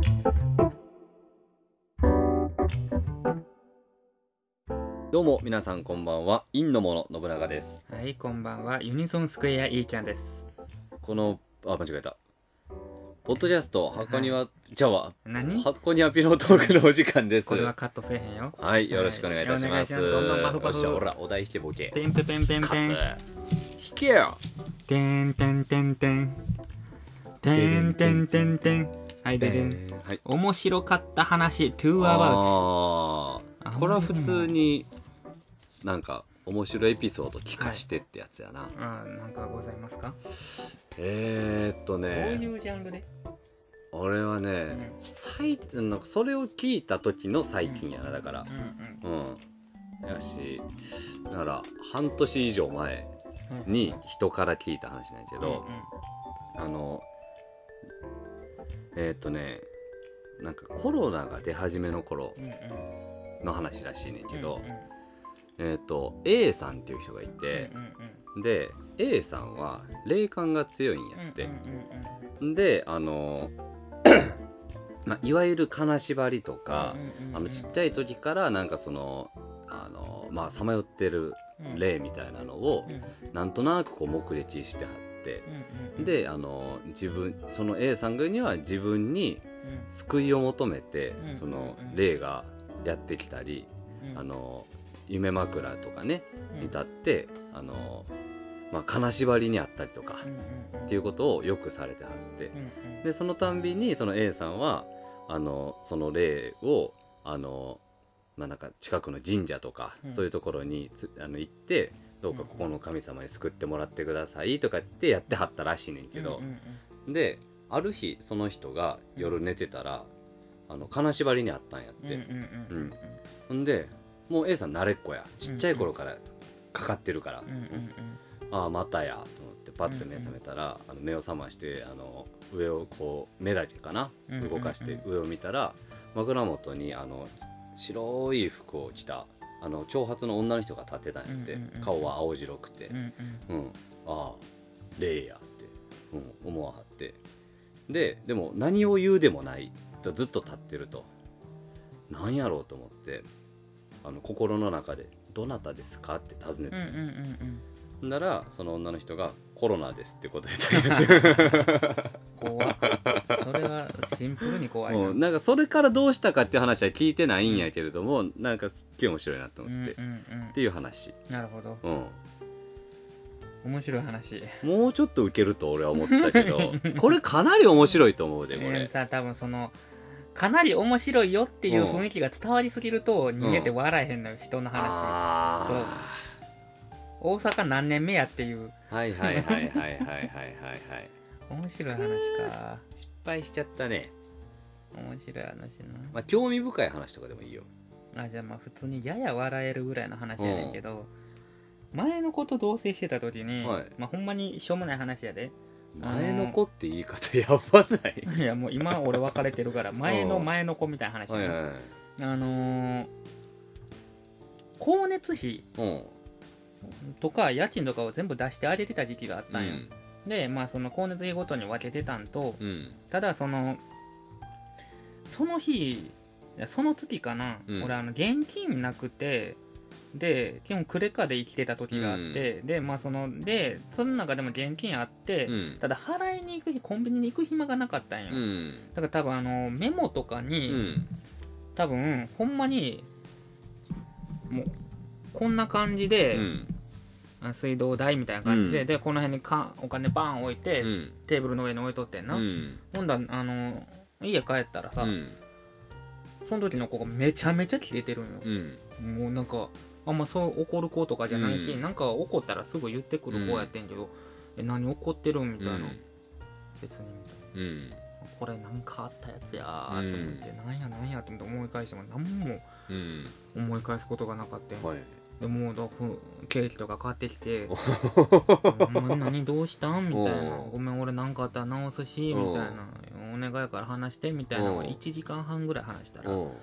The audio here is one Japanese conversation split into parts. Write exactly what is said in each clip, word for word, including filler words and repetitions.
どうも皆さんこんばんは。陰のもの信長です。 はい、こんばんは。ユニソンスクエアいーちゃんです。 このあ間違えたポッドキャスト箱庭、はい、じゃあ何箱庭ピロートークのお時間です。 これはカットせえへんよ。 はい、よろしくお願いいたします。はい、どんどんバフバフ。よっしゃ、ほらお題引けボケ。 ペンペンペンペンペン。 引けよ。 てんてんてんてんてんてんてんてん。はい、ででん。はい、面白かった話 to about。 ああ、これは普通になんか面白いエピソード聞かしてってやつやな。はい、 あー、なんかございますか？ えー、っとね、 どういうジャンルで？ 俺はね、うん、最なんかそれを聞いた時の最近やな、だから、うん、うんうん、やし、だから半年以上前に人から聞いた話なんやけど、うんうん、あのえー、っとね、なんかコロナが出始めの頃の話らしいねんけど、うんうん、えー、っと A さんっていう人がいて、うんうんうん、で A さんは霊感が強いんやって、うんうんうん、であのまあ、いわゆる金縛りとか、うんうんうん、あのちっちゃい時からなんかそのあのまあさまよってる霊みたいなのを、うんうん、なんとなくこう目撃してはって、うんうんうん、であの自分その A さんには自分に救いを求めて、うん、その霊がやってきたり、うん、あの夢枕とかねに立って、うん、あのまあ、金縛りにあったりとか、うんうん、っていうことをよくされてはって、うんうん、でそのたんびにその A さんはあのその霊をあの、まあ、なんか近くの神社とか、うん、そういうところにつあの行ってどうかここの神様に救ってもらってくださいとかつってやってはったらしいねんけど、うんうんうん、である日その人が夜寝てたら、うん、あの金縛りにあったんやって、ほんでもう A さん慣れっこや、ちっちゃい頃からかかってるから、うんうんうん、ああまたやと思ってパッと目覚めたら、うんうん、あの目を覚ましてあの上をこう目だけかな、うんうんうん、動かして上を見たら枕元にあの白い服を着たあの長髪の女の人が立ってたんやって、うんうんうん、顔は青白くて、うんうんうん、ああ霊やって、うん、思わはって、ででも何を言うでもないとずっと立ってると、なんやろうと思ってあの心の中でどなたですかって尋ねて、うんうんうんうん、ならその女の人がコロナですって答えたんや怖っ。それはシンプルに怖いな。 もうなんかそれからどうしたかっていう話は聞いてないんやけれども、うん、なんかすっげえ面白いなと思って、うんうんうん、っていう話。 なるほど、うん、面白い話。 もうちょっとウケると俺は思ってたけどこれかなり面白いと思うでこれ、えー、 さ多分そのかなり面白いよっていう雰囲気が伝わりすぎると人間って笑えへんのよ、うん、人の話。あそう大阪何年目やっていう。 はいはいはいはいはいはいはいはい面白い話か。 失敗しちゃったね。 面白い話な、 まあ、興味深い話とかでもいいよ。 あじゃあまあ普通にやや笑えるぐらいの話やねんけど、前の子と同棲してた時に、はい、まあほんまにしょうもない話やで。 前の子って言い方やばない？ いやもう今俺別れてるから前の前の子みたいな話や、はいはいはい、あのー、光熱費とか家賃とかを全部出してあげてた時期があったんよ、うん、でまあその光熱費ごとに分けてたんと、うん、ただそのその日その月かな、うん、俺あの現金なくてで基本クレカで生きてた時があって、うん、でまあそのでその中でも現金あって、うん、ただ払いに行く日コンビニに行く暇がなかったんよ、うん、だから多分あのメモとかに、うん、多分ほんまにもうこんな感じで、うん、水道代みたいな感じで、うん、でこの辺にかお金バーン置いて、うん、テーブルの上に置いとってんな、うん、ほんだらあの家帰ったらさ、うん、その時の子がめちゃめちゃキレてるんよ、うん、もうなんかあんまそう怒る子とかじゃないし、うん、なんか怒ったらすぐ言ってくる子やってんけど、うん、え何怒ってるんみたいな、うん、別にみたいな、うん、これなんかあったやつやーと思って、うん、なんやなんやと思って思い返しても何も思い返すことがなかった、はい、でもうケーキとか買ってきて何どうしたんみたいな、ごめん俺なんかあったら直すしみたいな、お願いから話してみたいなのいちじかんはんぐらい話したら、道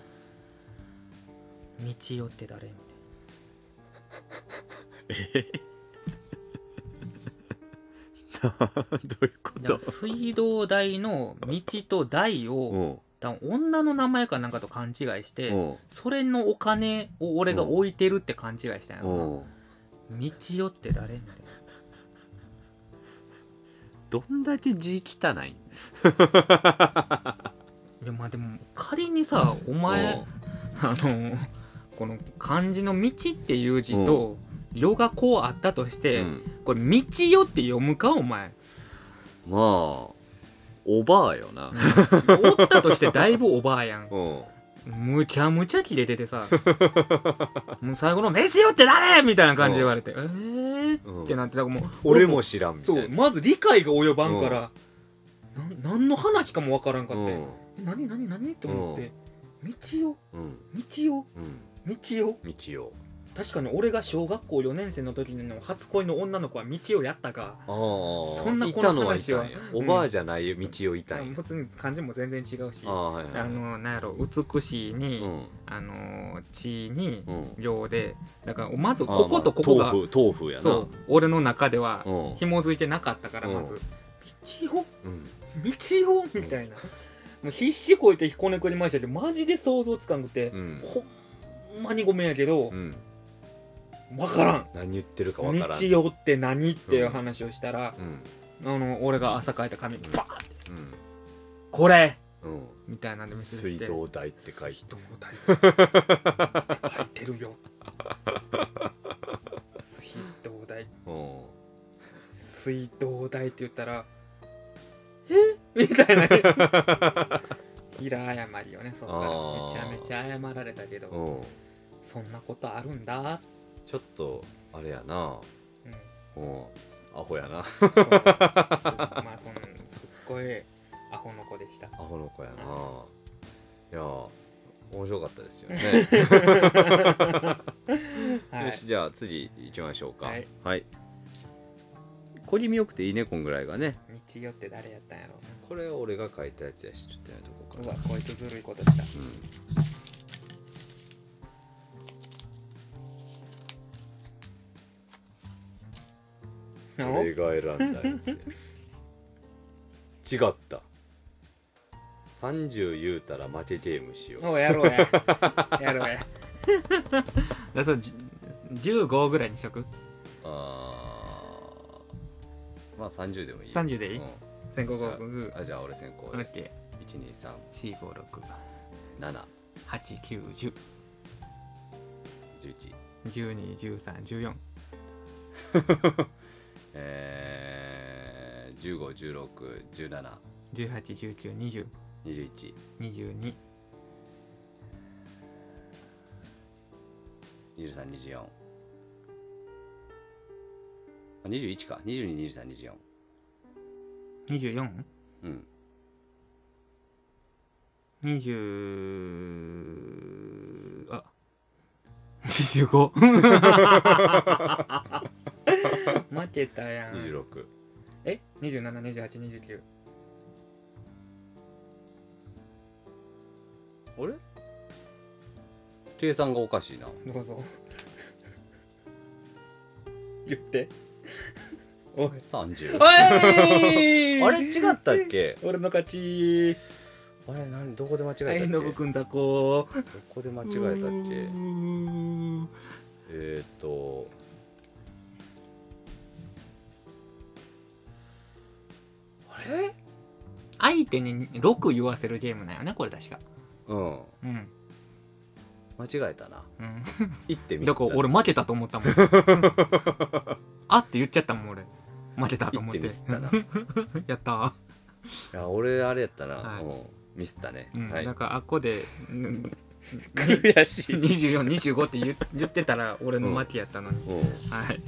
代って誰みたいなえどういうこと？ 水道代の道と代を多分女の名前かなんかと勘違いして、 うんそれのお金を俺が置いてるって勘違いしたんやうろな。 ん道代って誰みたいな。 どんだけ字汚いんいやまあでも仮にさお前あのこの漢字の道っていう字と世がこうあったとして、 うん、 これ道代って読むかお前。 まあおばあよな、 おったとしてだいぶおばあやん。 うんむちゃむちゃキレててさもう最後の「道代って誰?」みたいな感じで言われて「えー?」 うんってなって、だからもう俺も知らんみたいな。 そうまず理解が及ばんから、うん、な何の話かもわからんかって、 うんえ何何何って思って「道代うん道代うん道代」 道よ。 確かに俺が小学校よねん生の時の初恋の女の子は道代やったが、 ああそんなこのいたのはい話はたんや。おばあじゃない道をいたんや。 普通に漢字も全然違うし、 ああはいはいあのなんやろ美しいに、 うんあの地にうん行で、だからまずこことここが、 ああまあ豆腐豆腐やな。 そう俺の中ではうん紐づいてなかったから、 うんまず道代うん道代みたいな、もう必死こいてこねくり回したけどマジで想像つかんくて、 うんほんまにごめんやけど、 うん分からん何言ってるかわからん。 道代って何っていう話をしたら、 うんあの俺が朝書いた紙うんバーってうんこれうんみたいなんで見せ水て道代って書いて。 水道代って書いてるよ水道代うん水道代って言ったらえみたいな平謝りよね。そっからあーめちゃめちゃ謝られたけど、 うんそんなことあるんだ。 ちょっとあれやな。 うんうんアホやな。 そうそうまあそんすっごいアホの子でした。 アホの子やな。いや面白かったですよね。 はい、 よしじゃあ次行きましょうか。 はい、 はい小気味よくていいねこんぐらいがね。 道代って誰やったんやろうこれ俺が書いたやつやしちょっとやめとこうかな。 な。うわこいつずるいことした。 うん、俺が選んだやつや違ったさんじゅう言うたら負けゲームしよう。 おうやろうややろうやだそうじじゅうごぐらいにしとく。 あーまあさんじゅうでもいい。 さんじゅうでいい、 うん先行じゃ後攻ああじゃあ俺先行でオッケいちにさんーよんごろくななはちきゅうじゅうじゅういちじゅうにじゅうさんじゅうよんえー、じゅうごじゅうろくじゅうななじゅうはちじゅうきゅうにじゅうにじゅういちにじゅうににじゅうさんにじゅうよんあにじゅういちかにじゅうににじゅうさんにじゅうよんにじゅうよんうんにじゅうあにじゅうご負けたやん。 にじゅうろくえにじゅうなな、にじゅうはち、にじゅうきゅうあれ計算がおかしいな。 どうぞ言っておいさんじゅうおいあれ違ったっけ。 俺の勝ち。 あれ何どこで間違えたっはいけ。 ノブくん雑魚。 どこで間違えたっけ。えーっとあれ相手にろく言わせるゲームなんよねこれ確か。 うんうん間違えたな。 うんいってみだから俺負けたと思ったもんあって言っちゃったもん俺負けたと思っていってミスったなやったー、 いや俺あれやったな、 はいうんミスったね、 うんはいだからあっこでうん悔しい、 にじゅうよん、にじゅうごって言言ってたら俺の負けやったのに、 うん、 はい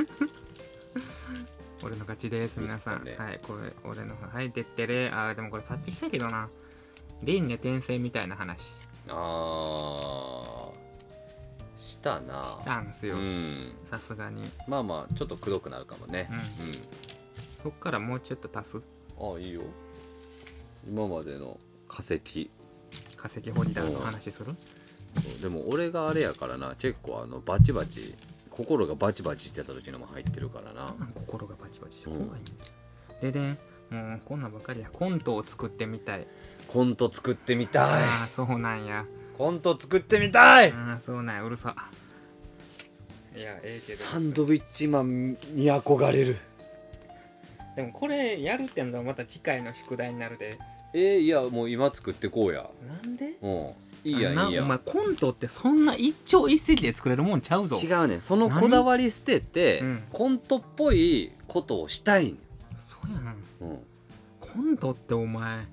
俺の勝ちです皆さん、 ミスったねはいこれ俺のはいでってれあーでもこれさっきしたけどな輪廻転生みたいな話あーしたなしたんすようんさすがにまあまあちょっとくどくなるかもねうんそっからもうちょっと足すうん、ああいいよ今までの化石化石掘り団の話するでも俺があれやからな結構あのバチバチ心がバチバチしてた時のも入ってるからな心がバチバチして怖いんででんもうこんなんばっかりや。コントを作ってみたい。 コント作ってみたい。 ああそうなんや。 コント作ってみたい。 ああそうなんや。うるさ。いやええけど。 サンドウィッチマンに憧れる。 でもこれやるってのはまた次回の宿題になるで。 えー、いやもう今作ってこうや。 なんで？ うんいいやんいいやん。 お前コントってそんな一朝一夕で作れるもんちゃうぞ。 違うねん。そのこだわり捨てて、 うん、 コントっぽいことをしたいねん。 そうやん、 うん、 コントってお前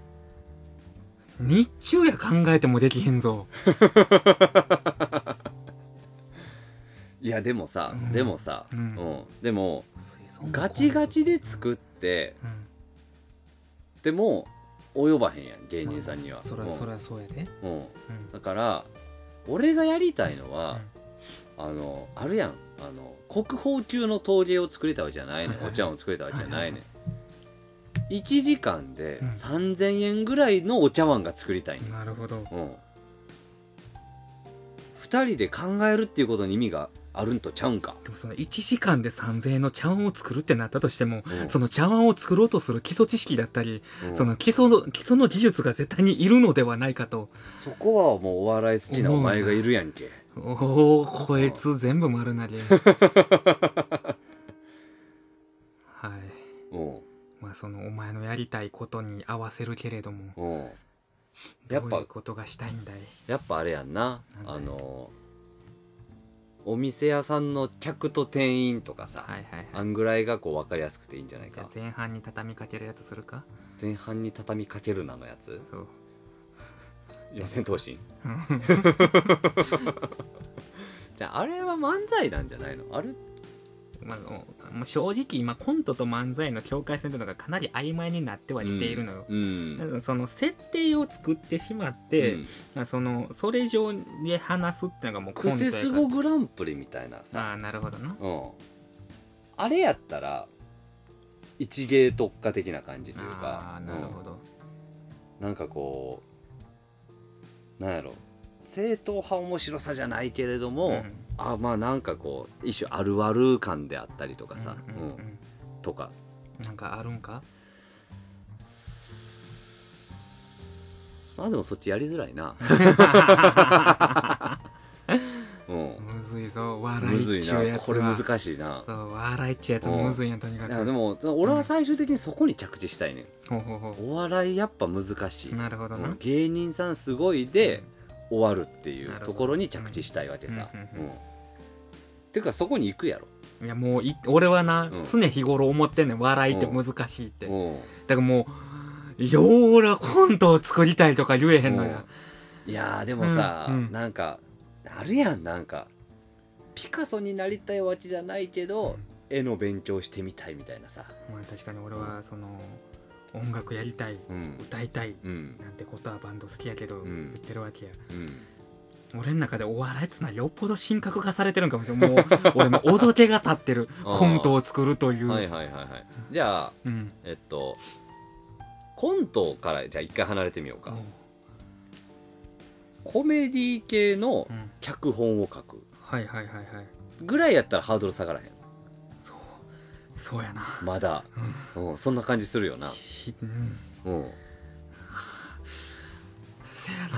日中や考えてもできへんぞ。 いやでもさ、うん、でもさ、うんうん、でもガチガチで作って、うん、でも及ばへんやん芸人さんには、 まあ、そりゃそりゃそうやで、 うんうん、だから俺がやりたいのは、うん、あのあるやんあの国宝級の陶芸を作りたわけじゃないねん、お茶碗を作りたわけじゃないねん。いちじかんでさんぜんえんぐらいのお茶碗が作りたいねん。 なるほど、うん、 ふたりで考えるっていうことに意味があるんとちゃうんか。 でもそのいちじかんでさんぜんえんの茶碗を作るってなったとしても、うん、その茶碗を作ろうとする基礎知識だったり、うん、その基礎の基礎の技術が絶対にいるのではないかと。 そこはもうお笑い好きなお前がいるやんけ。 おおこいつ全部丸投げ。はい、うん、まあそのお前のやりたいことに合わせるけれども、うん、やっぱどういうことがしたいんだい。 やっぱあれやんな、あのお店屋さんの客と店員とかさ、はいはいはい、あんぐらいがこう分かりやすくていいんじゃないか。 じゃあ前半に畳みかけるやつするか。 前半に畳みかけるなのやつ。そう今戦闘シーンじゃああれは漫才なんじゃないのあれ。 まあ、もう正直今コントと漫才の境界線というのがかなり曖昧になってはきているのよ、うんうん、その設定を作ってしまって、うんまあ、そのそれ上で話すっていうのがもうコントやから。クセスゴグランプリみたいなさ。 ああなるほどな、 うん、あれやったら一芸特化的な感じというか。 あなるほど、 うん、なんかこうなんやろ正統派面白さじゃないけれども、うん、あまあなんかこう一種あるある感であったりとかさ、うんうんうんうん、とかなんかあるんか。 まあでもそっちやりづらいな、 うん、むずいぞ笑いっちゅうやつは。 これ難しいな。 そう笑いっちゅうやつむずいやんとにかく。 いやでも俺は最終的にそこに着地したいねん、うん、ほうほうほうお笑いやっぱ難しい。 なるほどな、 芸人さんすごいで、うん、終わるっていうところに着地したいわけさ、うんうんうんうん、てかそこに行くやろ。 いやもうい俺はな、うん、常日頃思ってんねん笑いって難しいって、うん、だからもうよー俺はコントを作りたいとか言えへんのや、 うん、いやでもさ、うんうん、なんかあるやんなんかピカソになりたいわけじゃないけど、うん、絵の勉強してみたいみたいなさ。 まあ確かに俺はその音楽やりたい、うん、歌いたい、うん、なんてことはバンド好きやけど、うん、言ってるわけや、うん、俺の中でお笑いっつうのはよっぽど神格化されてるんかもしれない。もう俺もおどけが立ってるコントを作るという。 はいはいはいはい。じゃあ、うん、えっとコントからじゃあ一回離れてみようか、うん、コメディ系の脚本を書く、うん、 はいはいはいはいぐらいやったらハードル下がらへん。 そうそうやなまだ、うんうん、そんな感じするよな。うん、うん、 せや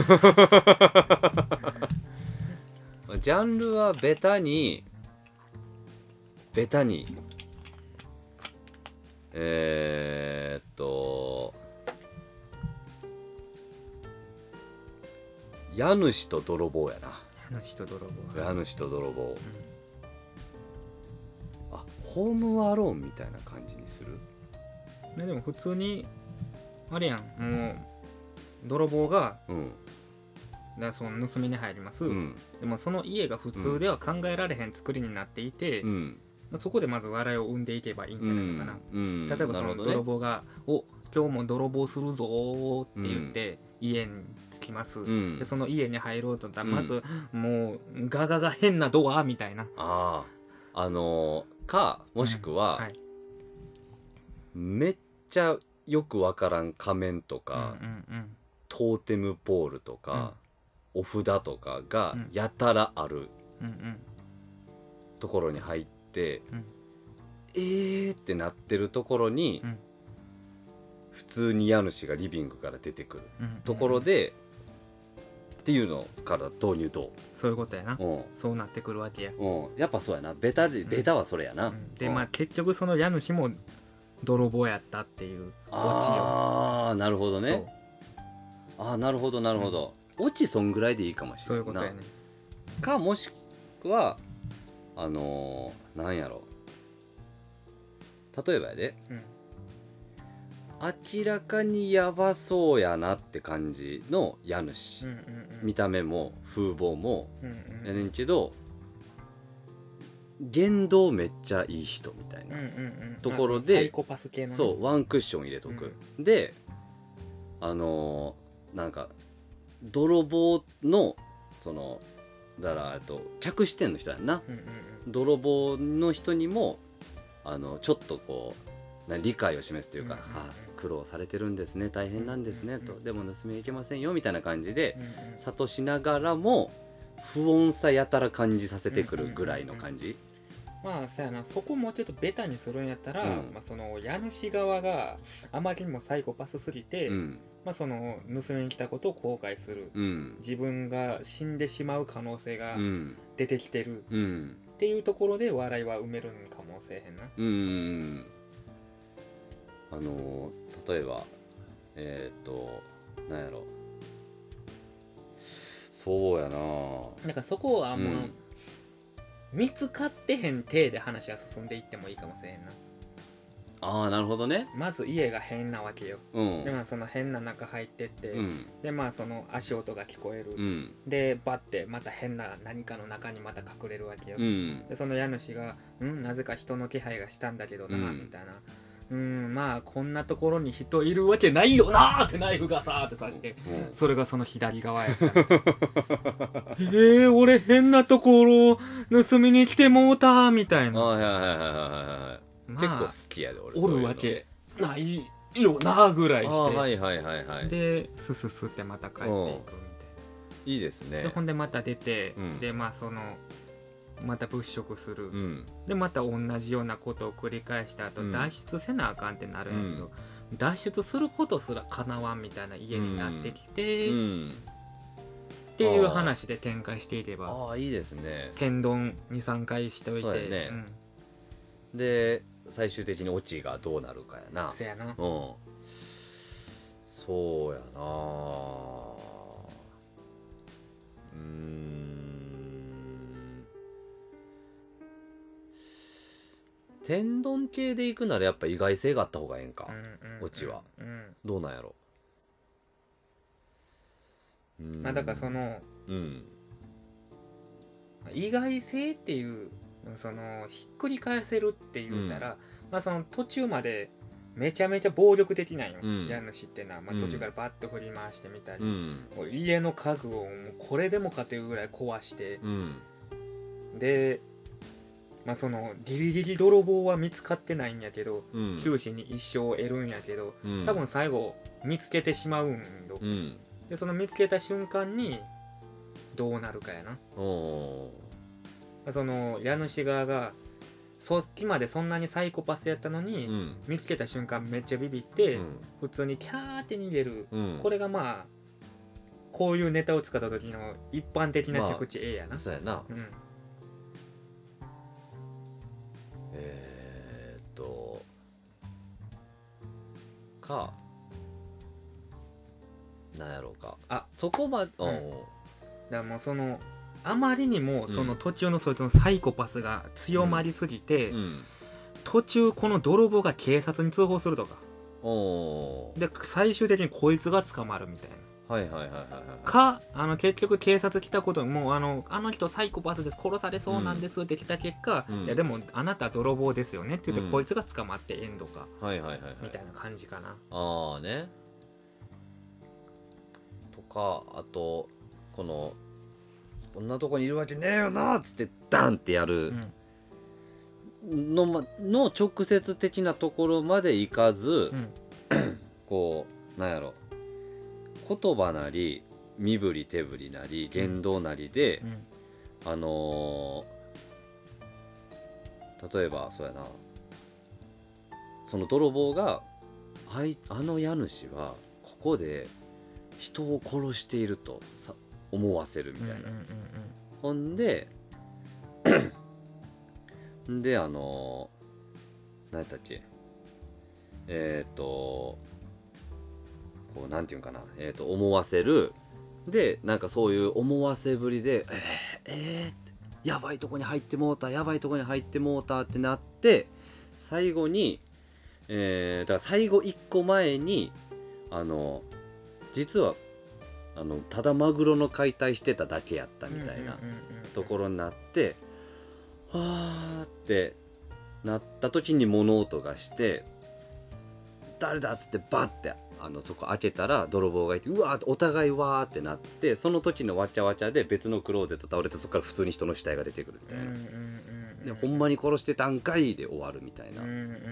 なジャンルはベタにベタにえー、っと家主と泥棒やな。 家主と泥棒家主と泥棒、うん、あホームアローンみたいな感じにする。 でも普通にあれやんもう泥棒が、うん、だその盗みに入ります、うん、でもその家が普通では考えられへん作りになっていて、うんまあ、そこでまず笑いを生んでいけばいいんじゃないのかな、うんうん、例えばその泥棒が、ね、お今日も泥棒するぞって言って、うん、家に着きます、うん、でその家に入ろうとったら、うん、まずもうガガが変なドアみたいなああのー、かもしくは、うんはい、めっちゃよくわからん仮面とか、うんうんうんトーテムポールとか、うん、お札とかがやたらあるところに入って、うん、えーってなってるところに、うん、 普通に家主がリビングから出てくるところで、うんっていうのから導入とそういうことやな、うん、そうなってくるわけや、 うん、やっぱそうやなベタでベタはそれやな、うん、 で、うん、まあ結局その家主も泥棒やったっていうオチよ。 ああなるほどね。ああなるほどなるほど、うん、オチそんぐらいでいいかもしれないな。そういうことやね。かもしくはあのー、なんやろ例えばやで、うん明らかにヤバそうやなって感じの家主、うんうんうん、見た目も風貌も、うんうん、やねんけど言動めっちゃいい人みたいなところで、 サイコパス系の、ね、 そうワンクッション入れとく、うん、であのー、なんか泥棒のそのだからと客視点の人やんな、うんうんうん、泥棒の人にもあのちょっとこう理解を示すというか、うんうんうん、あ苦労されてるんですね大変なんですね、うんうんうん、とでも盗みに行けませんよみたいな感じで、うんうん、諭しながらも不穏さやたら感じさせてくるぐらいの感じ、 うんうんうんうん、まあそうやなそこもうちょっとベタにするんやったら、うんまあ、その家主側があまりにもサイコパスすぎて、うんまあ、その盗みに来たことを後悔する、うん、自分が死んでしまう可能性が出てきてる、うん、っていうところで笑いは埋めるんかもしれへんな。うんうんあの例えばえっ、ー、となんやろそうやななんかそこはもう、うん、見つかってへん体で話が進んでいってもいいかもしれへんな。 ああなるほどね。 まず家が変なわけよ、うん、でまあその変な中入ってって、うん、でまあその足音が聞こえる、うん、でバッてまた変な何かの中にまた隠れるわけよ、うん、でその家主がうんなぜか人の気配がしたんだけどな、うん、みたいなうんまあこんなところに人いるわけないよなーってナイフがさーって刺して、うん、それがその左側やったえー俺変なところ盗みに来てもうたーみたいな。あはいはいはいはいはい、 まあ、結構好きやで俺おるわけないよなーぐらいして、 はいはいはいはい、 でスススってまた帰っていくみたいな。 いいですね。 でほんでまた出て、うん、でまあそのまた物色する、うん、でまた同じようなことを繰り返した後、うん、脱出せなあかんってなるんやけど、うん、脱出することすらかなわんみたいな家になってきて、うん、っていう話で展開していけば、 ああいいですね。 天丼 にさんかいしておいて、 ねうん、で最終的にオチがどうなるかやな。 そうやな、うん、 そうやなうーん天丼系で行くならやっぱ意外性があった方がええんか、うんうんうん、オチは、うん、どうなんやろう。まあだからその、うん、意外性っていうそのひっくり返せるって言うたら、うん、まあその途中までめちゃめちゃ暴力的なんよ、うん、家主ってのは、まあ、途中からバッと振り回してみたり、うん、もう家の家具をもうこれでもかというぐらい壊して、うん、でまあそのギリギリ泥棒は見つかってないんやけど、うん、九死に一生を得るんやけど、うん、多分最後見つけてしまうんよ、うん、でその見つけた瞬間にどうなるかやな。その家主側がさっきまでそんなにサイコパスやったのに、うん、見つけた瞬間めっちゃビビって、うん、普通にキャーって逃げる、うん、これがまあこういうネタを使った時の一般的な着地 A やな、まあ、 そうやな、うんえー、っとかなんやろうかあそこまで、うん、 だからもうそのあまりにもその途中のそいつのサイコパスが強まりすぎて、うんうん、途中この泥棒が警察に通報するとかで最終的にこいつが捕まるみたいな。 はいはいはいはい、はい、 かあの結局警察来たこともうあのあの人サイコパスです殺されそうなんですって来た結果、うん、いやでもあなた泥棒ですよねって言って、うん、こいつが捕まってエンドか、はいはいはいはい、みたいな感じかな。 ああねとかあとこのこんなとこにいるわけねえよなっつってダンってやるの、ま、の直接的なところまでいかず、うん、こうなんやろ言葉なり身振り手振りなり言動なりで、うんうん、あのー、例えばそうやなその泥棒があいあの家主はここで人を殺しているとさ思わせるみたいな、うんうんうんうん、ほんでであの何やったっけえっ、ー、とこうなんていうんかな、えー、と思わせるでなんかそういう思わせぶりでえー、えー、ってやばいとこに入ってもうたやばいとこに入ってもうたってなって最後に、えー、だから最後いっこまえにあの実はあのただマグロの解体してただけやったみたいなところになってはーってなった時に物音がして誰だっつってバッてあのそこ開けたら泥棒がいてうわーお互いわーってなってその時のわちゃわちゃで別のクローゼット倒れてそこから普通に人の死体が出てくるみたいな、うんうんうんうん、でほんまに殺してたんかいで終わるみたいな、うんうんうんうんうん、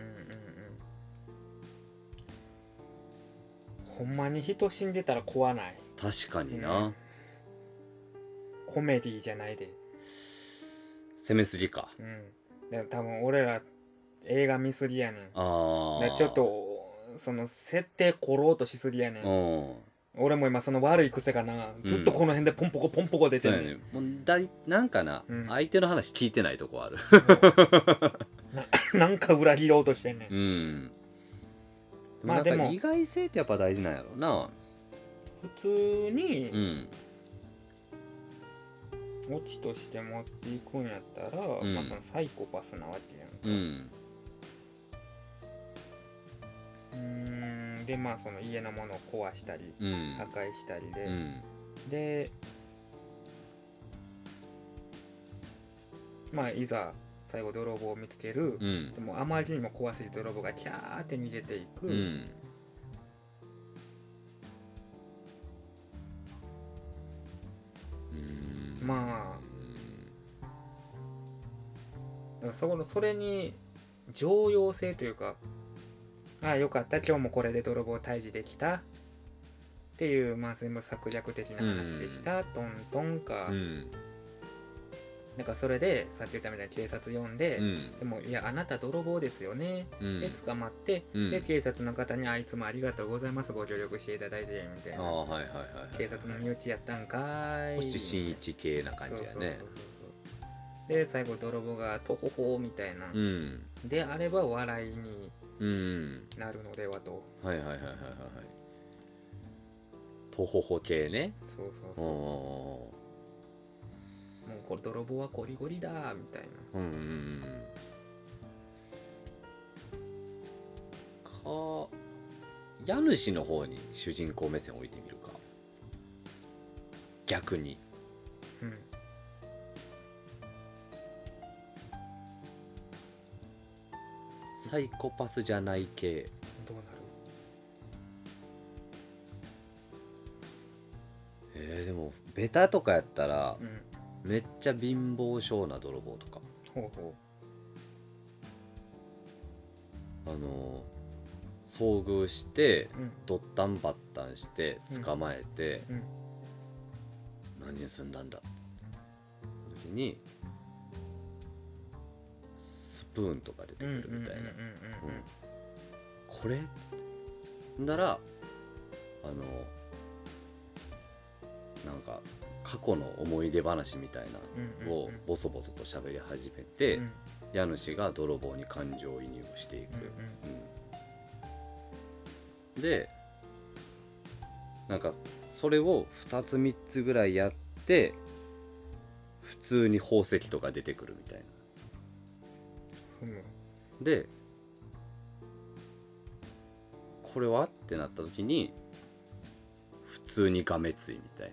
ほんまに人死んでたら怖ない。 確かにな、うん、 コメディじゃないで攻めすぎか、 うん、で多分俺ら映画見すぎやねん。あちょっとその設定凝ろうとしすぎやねん。俺も今その悪い癖がな、ずっとこの辺でポンポコポンポコ出てる、ね、 うん、もうだいなんかな、うん、相手の話聞いてないとこあるな, なんか裏切ろうとしてんねん、 うん、まあでも意外性ってやっぱ大事なんやろうな。 普通に、うんオチとして持っていくんやったら、うん、まあそのサイコパスなわけやんか、うん、うーんでまあその家のものを壊したり、うん、破壊したりで、うん、でまあいざ最後泥棒を見つける、うん、でもあまりにも怖すぎて泥棒がキャーって逃げていく、うんまあだから そ, それに常用性というか、ああよかった今日もこれで泥棒退治できたっていう、まあ全部策略的な話でした、うん、トントンか、うん、なんかそれでさっき言ったみたいに警察呼んで、うん、でもいやあなた泥棒ですよね、うん、で捕まって、うん、で警察の方にあいつもありがとうございますご協力していただいてみたいな、あ、はいはいはいはい、警察の身内やったんかい星新一系な感じやね。そうそうそうそうで最後泥棒がトホホみたいな、うん、であれば笑いになるのではと、 うん、はいはいはいはいはいトホホ系ね。 そうそうそうもうこれ泥棒はゴリゴリだみたいな、うんうんうんか家主の方に主人公目線を置いてみるか逆に、うんサイコパスじゃない系どうなる？ えー、でもベタとかやったら、うん、めっちゃ貧乏症な泥棒とかほうほうあの遭遇して、うん、ドッタンバッタンして捕まえて、うんうん、何にすんだんだって時にスプーンとか出てくるみたいなこれならあのなんか過去の思い出話みたいなのをボソボソと喋り始めて、うん、家主が泥棒に感情移入をしていく、うんうん、でなんかそれをふたつみっつぐらいやって普通に宝石とか出てくるみたいな、うん、でこれはってなった時に普通にがめついみたいな。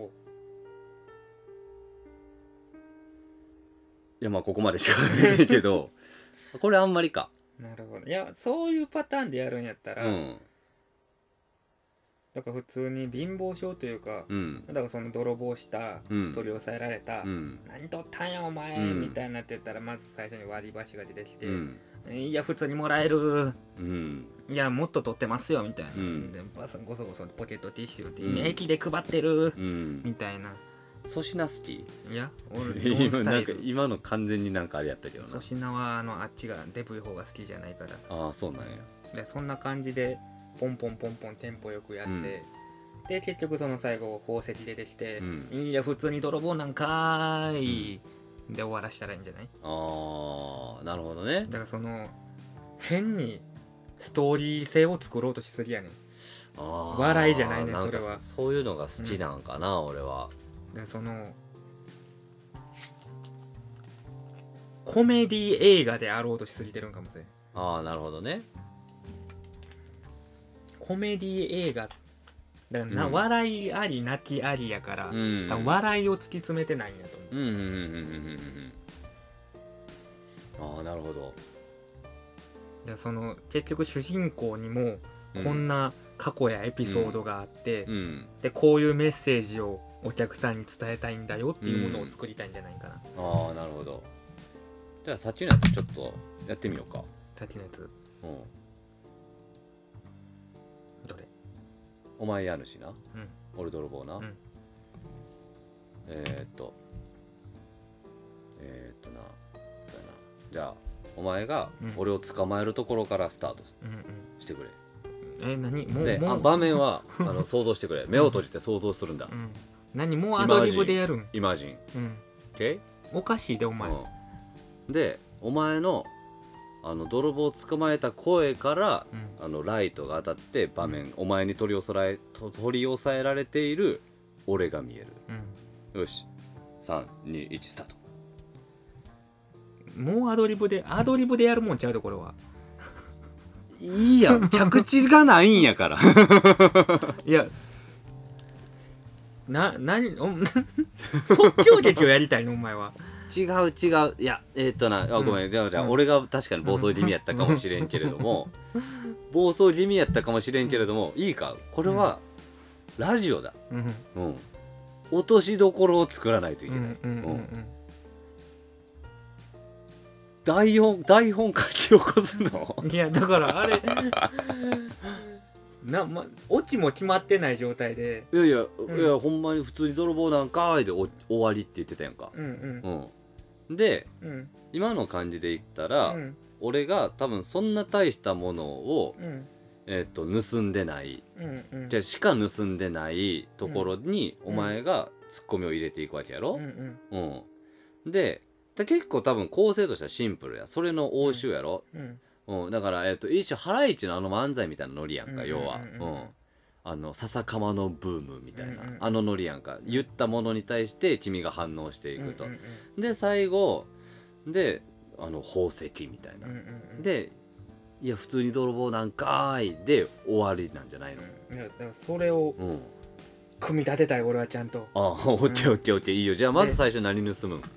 いやまあここまでしかないけどこれあんまりか。 なるほど。いやそういうパターンでやるんやったら、うん、だから普通に貧乏症というか、うん、だからその泥棒した、うん、取り押さえられた、うん、何取ったんやお前、うん、みたいになってったらまず最初に割り箸が出てきて、うん、いや普通にもらえる、うん、いやもっと取ってますよみたいな、うん、でバスゴソゴソポケットティッシュって駅で配ってる、うん、みたいな。 粗品好き？ いや俺今なんか今の完全になんかあれやったけどな。 粗品はあのあっちがデブい方が好きじゃないから。 ああそうなんや。 でそんな感じでポンポンポンポンテンポよくやって、うん、で結局その最後宝石出てきて、うん、いや普通に泥棒なんかーい、うん、で終わらしたらいいんじゃない？ ああなるほどね。 だからその変にストーリー性を作ろうとしすぎやねん。あ笑いじゃないねんそれは。 そういうのが好きなんかな、うん、俺は。 でそのコメディ映画であろうとしすぎてるんかもしれん。 ああなるほどね。 コメディ映画だからな、うん、笑いあり泣きありやから、うん、多分笑いを突き詰めてないんやと思う。うんうんうんうんうん。ああなるほど。 でその結局主人公にもこんな過去やエピソードがあって、うんうん、でこういうメッセージをお客さんに伝えたいんだよっていうものを作りたいんじゃないかな。 うん、ああなるほど。じゃあさっきのやつちょっとやってみようか。 さっきのやつ。うん。どれ？ お前家主な。うん。俺泥棒な。うん。えー、っと。えー、っとな。そうやな。じゃあお前が俺を捕まえるところからスタートしてくれ。 うんうん、え何？もうでもう場面はあの想像してくれ。目を閉じて想像するんだ。うん、 何もうアドリブでやるん？ イマジン。うん。OK？ おかしいでお前。うんでお前のあの泥棒を捕まえた声から、うん、あのライトが当たって場面、うん、お前に取り押さえ取り押さえられている俺が見える、うん、よしさんにいちスタート。もうアドリブでアドリブでやるもんちゃうでこれは。 いいやん着地がないんやからいやな何即興劇をやりたいのお前は。 違う違ういやえー、っとなあごめん、うん、じゃあ、じゃあ俺が確かに暴走気味やったかもしれんけれども暴走気味やったかもしれんけれどもいいかこれはラジオだ、うんうん、落としどころを作らないといけない、うんうんうんうん、台本台本書き起こすのいやだからあれな、ま、オチも決まってない状態でいやいや、うん、いやほんまに普通に泥棒なんかーいで終わりって言ってたやんか、うんうんうん、で、うん、今の感じで言ったら、うん、俺が多分そんな大したものを、うんえー、っと盗んでない、うんうん、じゃあしか盗んでないところに、うん、お前がツッコミを入れていくわけやろ、うんうんうん、で結構多分構成としてはシンプルやそれの応酬やろ、うんうん、だから、えー、と一種ハライチのあの漫才みたいなノリやんか、うん、要は、うん、あの笹かまのブームみたいな、うん、あのノリやんか言ったものに対して君が反応していくと、うん、で最後であの宝石みたいな、うん、でいや普通に泥棒なんかーいで終わりなんじゃないの、 うん、いやだからそれを組み立てたい俺はちゃんと。 ああオッケーオッケーオッケーいいよ。じゃあまず最初何盗むん？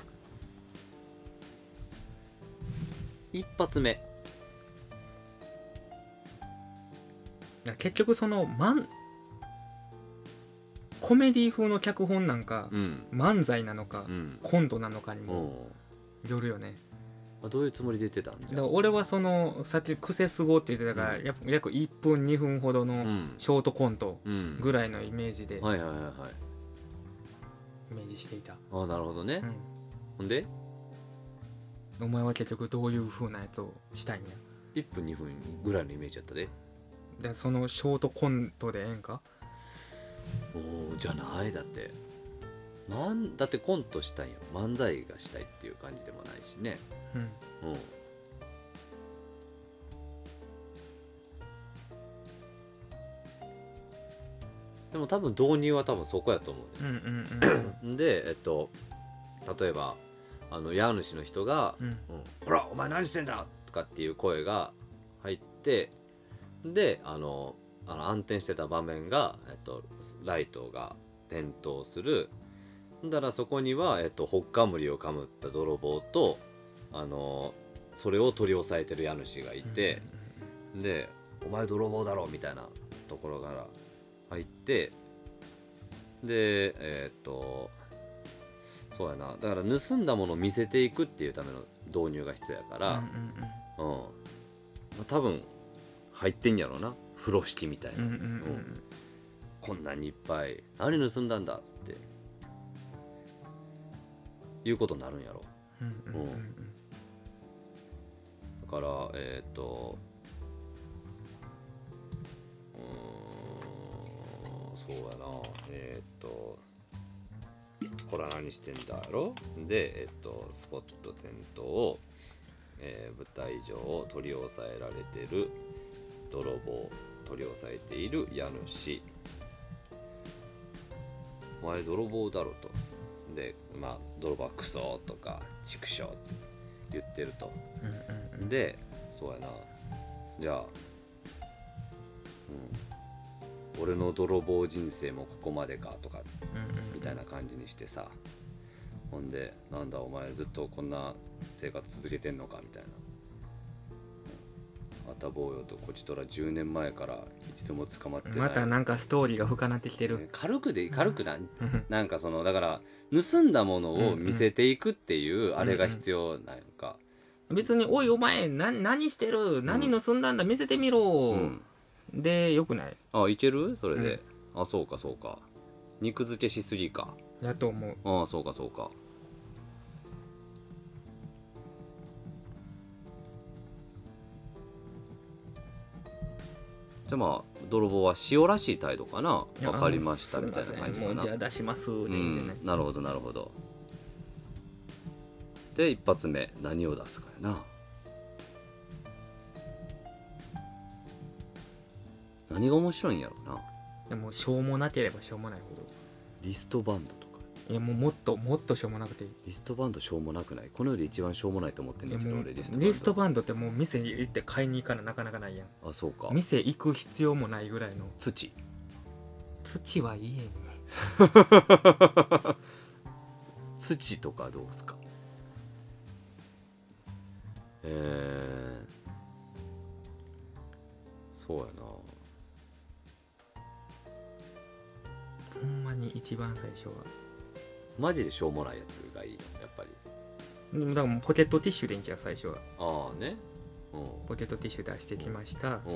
一発目結局そのマンコメディ風の脚本なんか、うん、漫才なのか、うん、コントなのかにもよるよね。 どういうつもりで言ってたんじゃ。だから俺はそのさっきクセスゴって言ってたから、うん、約いっぷんにふんほどのショートコントぐらいのイメージで、うん、はいはいはいはいイメージしていた。 ああなるほどね、うん、ほんでお前は結局どういう風なやつをしたいんや。 いっぷんにふんぐらいのイメージやったで。 でそのショートコントでええんか。 おじゃないだってなんだってコントしたいよ漫才がしたいっていう感じでもないしね。うん、うん、でも多分導入は多分そこやと思う、ね、うんうんうん、でえっと例えばあの家主の人が、うんうん、ほらお前何してんだとかっていう声が入ってであのあの暗転してた場面が、えっと、ライトが点灯する。だからそこには、えっと、ほっかむりをかむった泥棒とあのそれを取り押さえてる家主がいて、うん、でお前泥棒だろみたいなところから入ってでえー、っとそうやなだから盗んだものを見せていくっていうための導入が必要やから、うんうんうんうん、多分入ってんやろな風呂敷みたいな、うんうんうんうん、こんなにいっぱい何盗んだんだっつっていうことになるんやろ、うんうんうんうん、だからえっ、ー、とそうやなえー、っとこれは何してんだやろでえー、っとスポットテントを、えー、舞台上を取り押さえられてる泥棒取り押さえている家主お前泥棒だろとでまあ泥棒はクソとか畜生って言ってると、 うんうんうん、 でそうやなじゃあ、うん、俺の泥棒人生もここまでかとか、うんうんうん、みたいな感じにしてさほんでなんだお前ずっとこんな生活続けてんのかみたいなあたぼうよとこちとらじゅうねんまえから一度も捕まってないまたなんかストーリーが深なってきてる、 ね、軽くで軽くな、うん、なんかそのだから盗んだものを見せていくっていうあれが必要なんか、 うんうん、別においお前な何してる何盗んだんだ見せてみろ、うん、でよくないあいけるそれで、うん、あそうかそうか肉付けしすぎかだと思うあそうかそうかじゃあまあ泥棒は塩らしい態度かな分かりましたみたいな感じかなもうじゃあ出しますでいいんじゃない、 うん、なるほどなるほどで一発目何を出すかやな何が面白いんやろうなでもしょうもなければしょうもないほどリストバンドとかいやもうもっともっとしょうもなくていいリストバンドしょうもなくないこの世で一番しょうもないと思ってんだけど俺リストバンドリストバンドってもう店に行って買いに行かななかなかないやんあそうか店行く必要もないぐらいの土土は家に土とかどうですかえー、そうやなほんまに一番最初はマジでしょうもないやつがいいのやっぱりだからもうポケットティッシュでいいんちゃう最初はああね、 うん、ポケットティッシュ出してきました、うん、ポ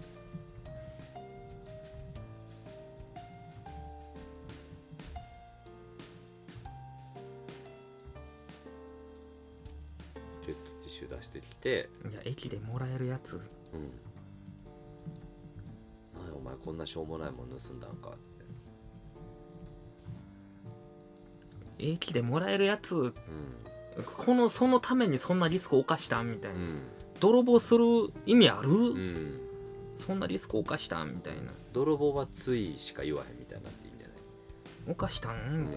ケットティッシュ出してきていや駅でもらえるやつうんなんやお前こんなしょうもないもん盗んだんかつって駅でもらえるやつ、うん、このそのためにそんなリスクを冒したんみたいな、うん、泥棒する意味ある、うん、そんなリスクを冒したんみたいな泥棒はついしか言わへんみたいなんでいいんじゃない犯したんみたいな、うん、い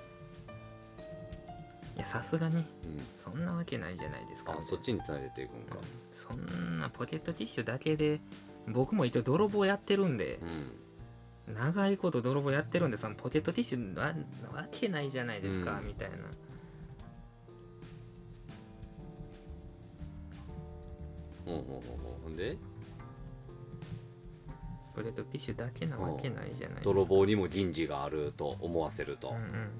やさすがに、うん、そんなわけないじゃないですかあそっちにつないでていくんか、うん、 そんなポケットティッシュだけで僕も一応泥棒やってるんで、うん、長いこと泥棒やってるんでそのポケットティッシュなわけないじゃないですか、うん、みたいなほんほんほんほんでポケットティッシュだけなわけないじゃないですか泥棒にも銀次があると思わせると、うん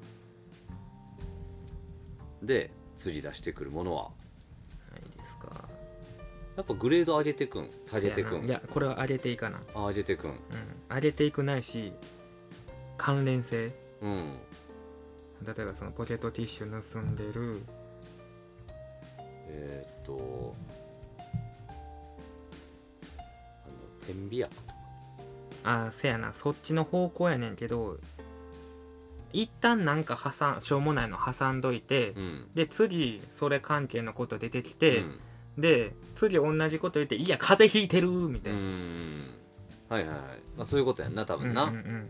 うん、で次出してくるものはないですかやっぱグレード上げてくん下げてくんいやこれは上げていかなあ上げてくん、うん、 上げていくないし関連性、うん、例えばそのポケットティッシュ盗んでるえー、っとあの天秤薬とかああせやなそっちの方向やねんけど一旦なんか挟んしょうもないの挟んどいて、うん、で次それ関係のこと出てきて、うんで次同じこと言っていや風邪ひいてるみたいなうんはいはいはい、まあ、そういうことやんな多分な、うんうん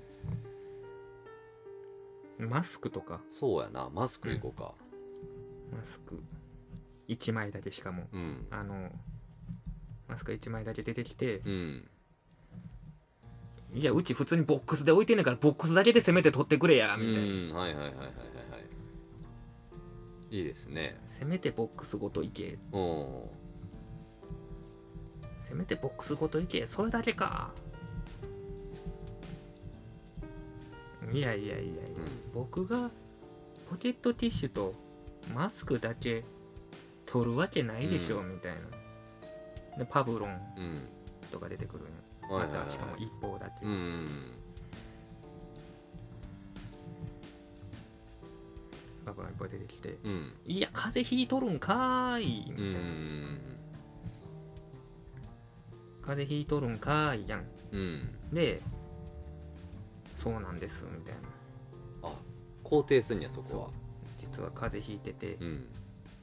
うん、マスクとかそうやなマスクいこうか、 うん、マスクいちまいだけしかも、うん、あのマスクいちまいだけ出てきて、うん、いやうち普通にボックスで置いてんねんからボックスだけでせめて取ってくれやみたいな、うん、 はいはいはいはいはいいいですねせめてボックスごといけせめてボックスごといけそれだけかいやいやいやいや、うん、僕がポケットティッシュとマスクだけ取るわけないでしょ、うん、みたいなでパブロンとか出てくるの、うん、またしかも一方だけ、うんうんパブロン一方出てきて、うん、いや風邪ひいとるんかーいみたいな、うん、風邪ひいとるんかーいやん、うん、でそうなんですみたいな。 あ、肯定すんやそこは。 実は風邪ひいてて、 うん、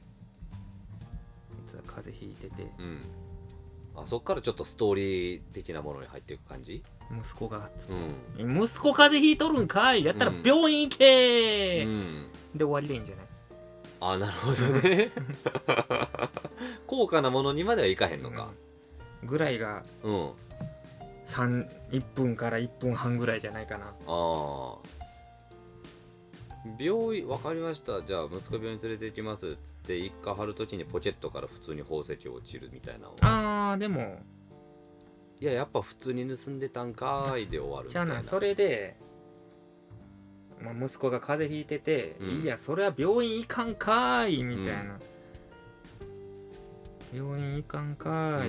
実は風邪ひいてて、 うん、あ、そっからちょっとストーリー的なものに入っていく感じ。 息子がつって、 うん、 息子風邪ひいとるんかい、やったら病院行けー、 うん、 で終わりでいいんじゃない。 あ、なるほどね高価なものにまではいかへんのか、 うん、ぐらいが、 うん、 さんいっぷんからいっぷんはんぐらいじゃないかな。 ああ、病院、わかりました、じゃあ息子病院連れて行きますっつって一回貼るときにポケットから普通に宝石落ちるみたいなの。 あーでもいや、やっぱ普通に盗んでたんかーいで終わるみたいな。 じゃあな、それで、まあ、息子が風邪ひいてて、うん、いやそれは病院行かんかーいみたいな、うん、病院行かんかーい、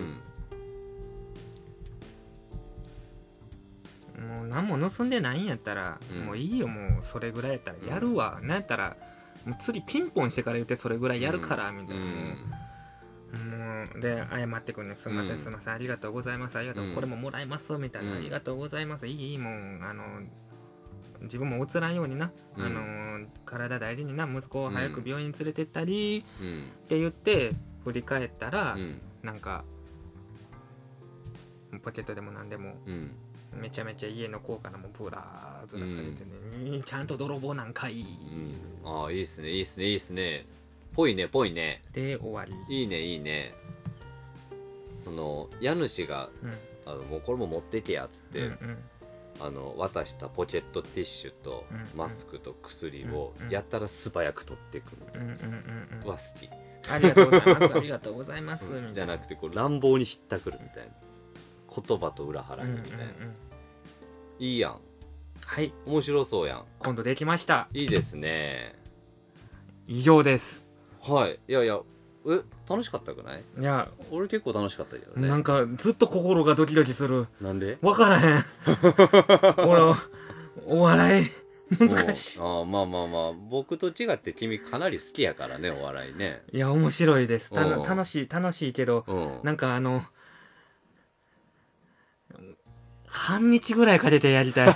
うん、もう何も盗んでないんやったら、うん、もういいよ、もうそれぐらいやったらやるわ、うん、なんやったらもう次ピンポンしてから言ってそれぐらいやるから、うん、みたいな、もうで謝ってくんね、すみません、すみません、ありがとうございます、ありがとう、うん、これももらいますみたいな、うん、ありがとうございます、いいいい、もうあの自分もうつらんようにな、うん、あの体大事にな、息子を早く病院に連れてったり、うん、って言って振り返ったら、うん、なんかポケットでもなんでも、うん、めちゃめちゃ家の高価なもんブラーずらされてね、うん、ちゃんと泥棒なんかいい、 うん、ああ、いいっすね、いいっすね、いいっすね、ぽいねぽいねで終わり。 いいねいいね。その家主が、うん、あのもうこれも持ってけやっつって、うんうん、あの渡したポケットティッシュとマスクと薬をやったら素早く取っていくのは好き。 ありがとうございますありがとうございます、 うん、じゃなくてこう乱暴にひったくるみたいな、言葉と裏腹にみたいな、うんうんうん、いいやん。 はい、 面白そうやん。 今度できました。 いいですね。 以上です。 はい。いやいや、え、楽しかったくない？ いや、 俺結構楽しかったけどね。 なんかずっと心がドキドキする。 なんで？ 分からへん俺お笑い難しい。 あ、まあまあまあ、僕と違って君かなり好きやからね、お笑いね。 いや面白いです。た楽しい楽しいけど、なんかあの半日ぐらいかけてやりたい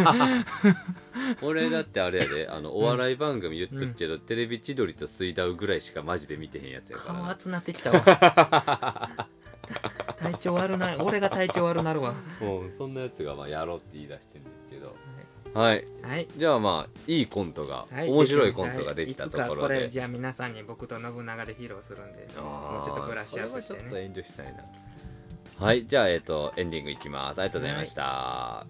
俺だってあれやで、あのお笑い番組言っとくけど、うん、テレビ千鳥と水ダウぐらいしかマジで見てへんやつやから、 顔熱なってきたわ体調悪な俺が体調悪なるわ。 もうそんなやつがまあやろうって言い出してるんですけど、はい、はい、じゃあまあいいコントが、はい、面白いコントができたところで、はい、いつかこれじゃあ皆さんに僕と信長で披露するんで、もうちょっとブラッシュアップしてね。 それはちょっと遠慮したいな。はい、じゃあ、えっと、エンディングいきます。ありがとうございました。はい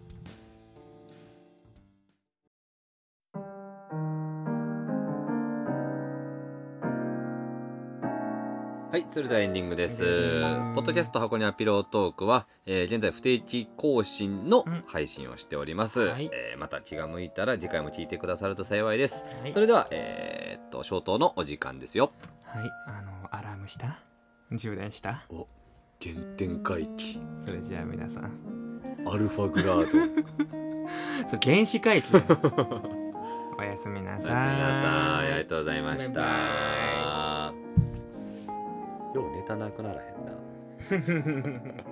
、はい、それではエンディングです。ポッドキャスト箱庭ピロートークは、えー、現在不定期更新の配信をしております。うん、はい、えー、また気が向いたら次回も聞いてくださると幸いです。はい、それでは、えー、っと、消灯のお時間ですよ。 はい、あの、アラームした充電したお原点回帰。 それじゃあ皆さんアルファグラードそう原子回帰おやすみなさい。おやすみなさい。ありがとうございました。ようネタなくならへんな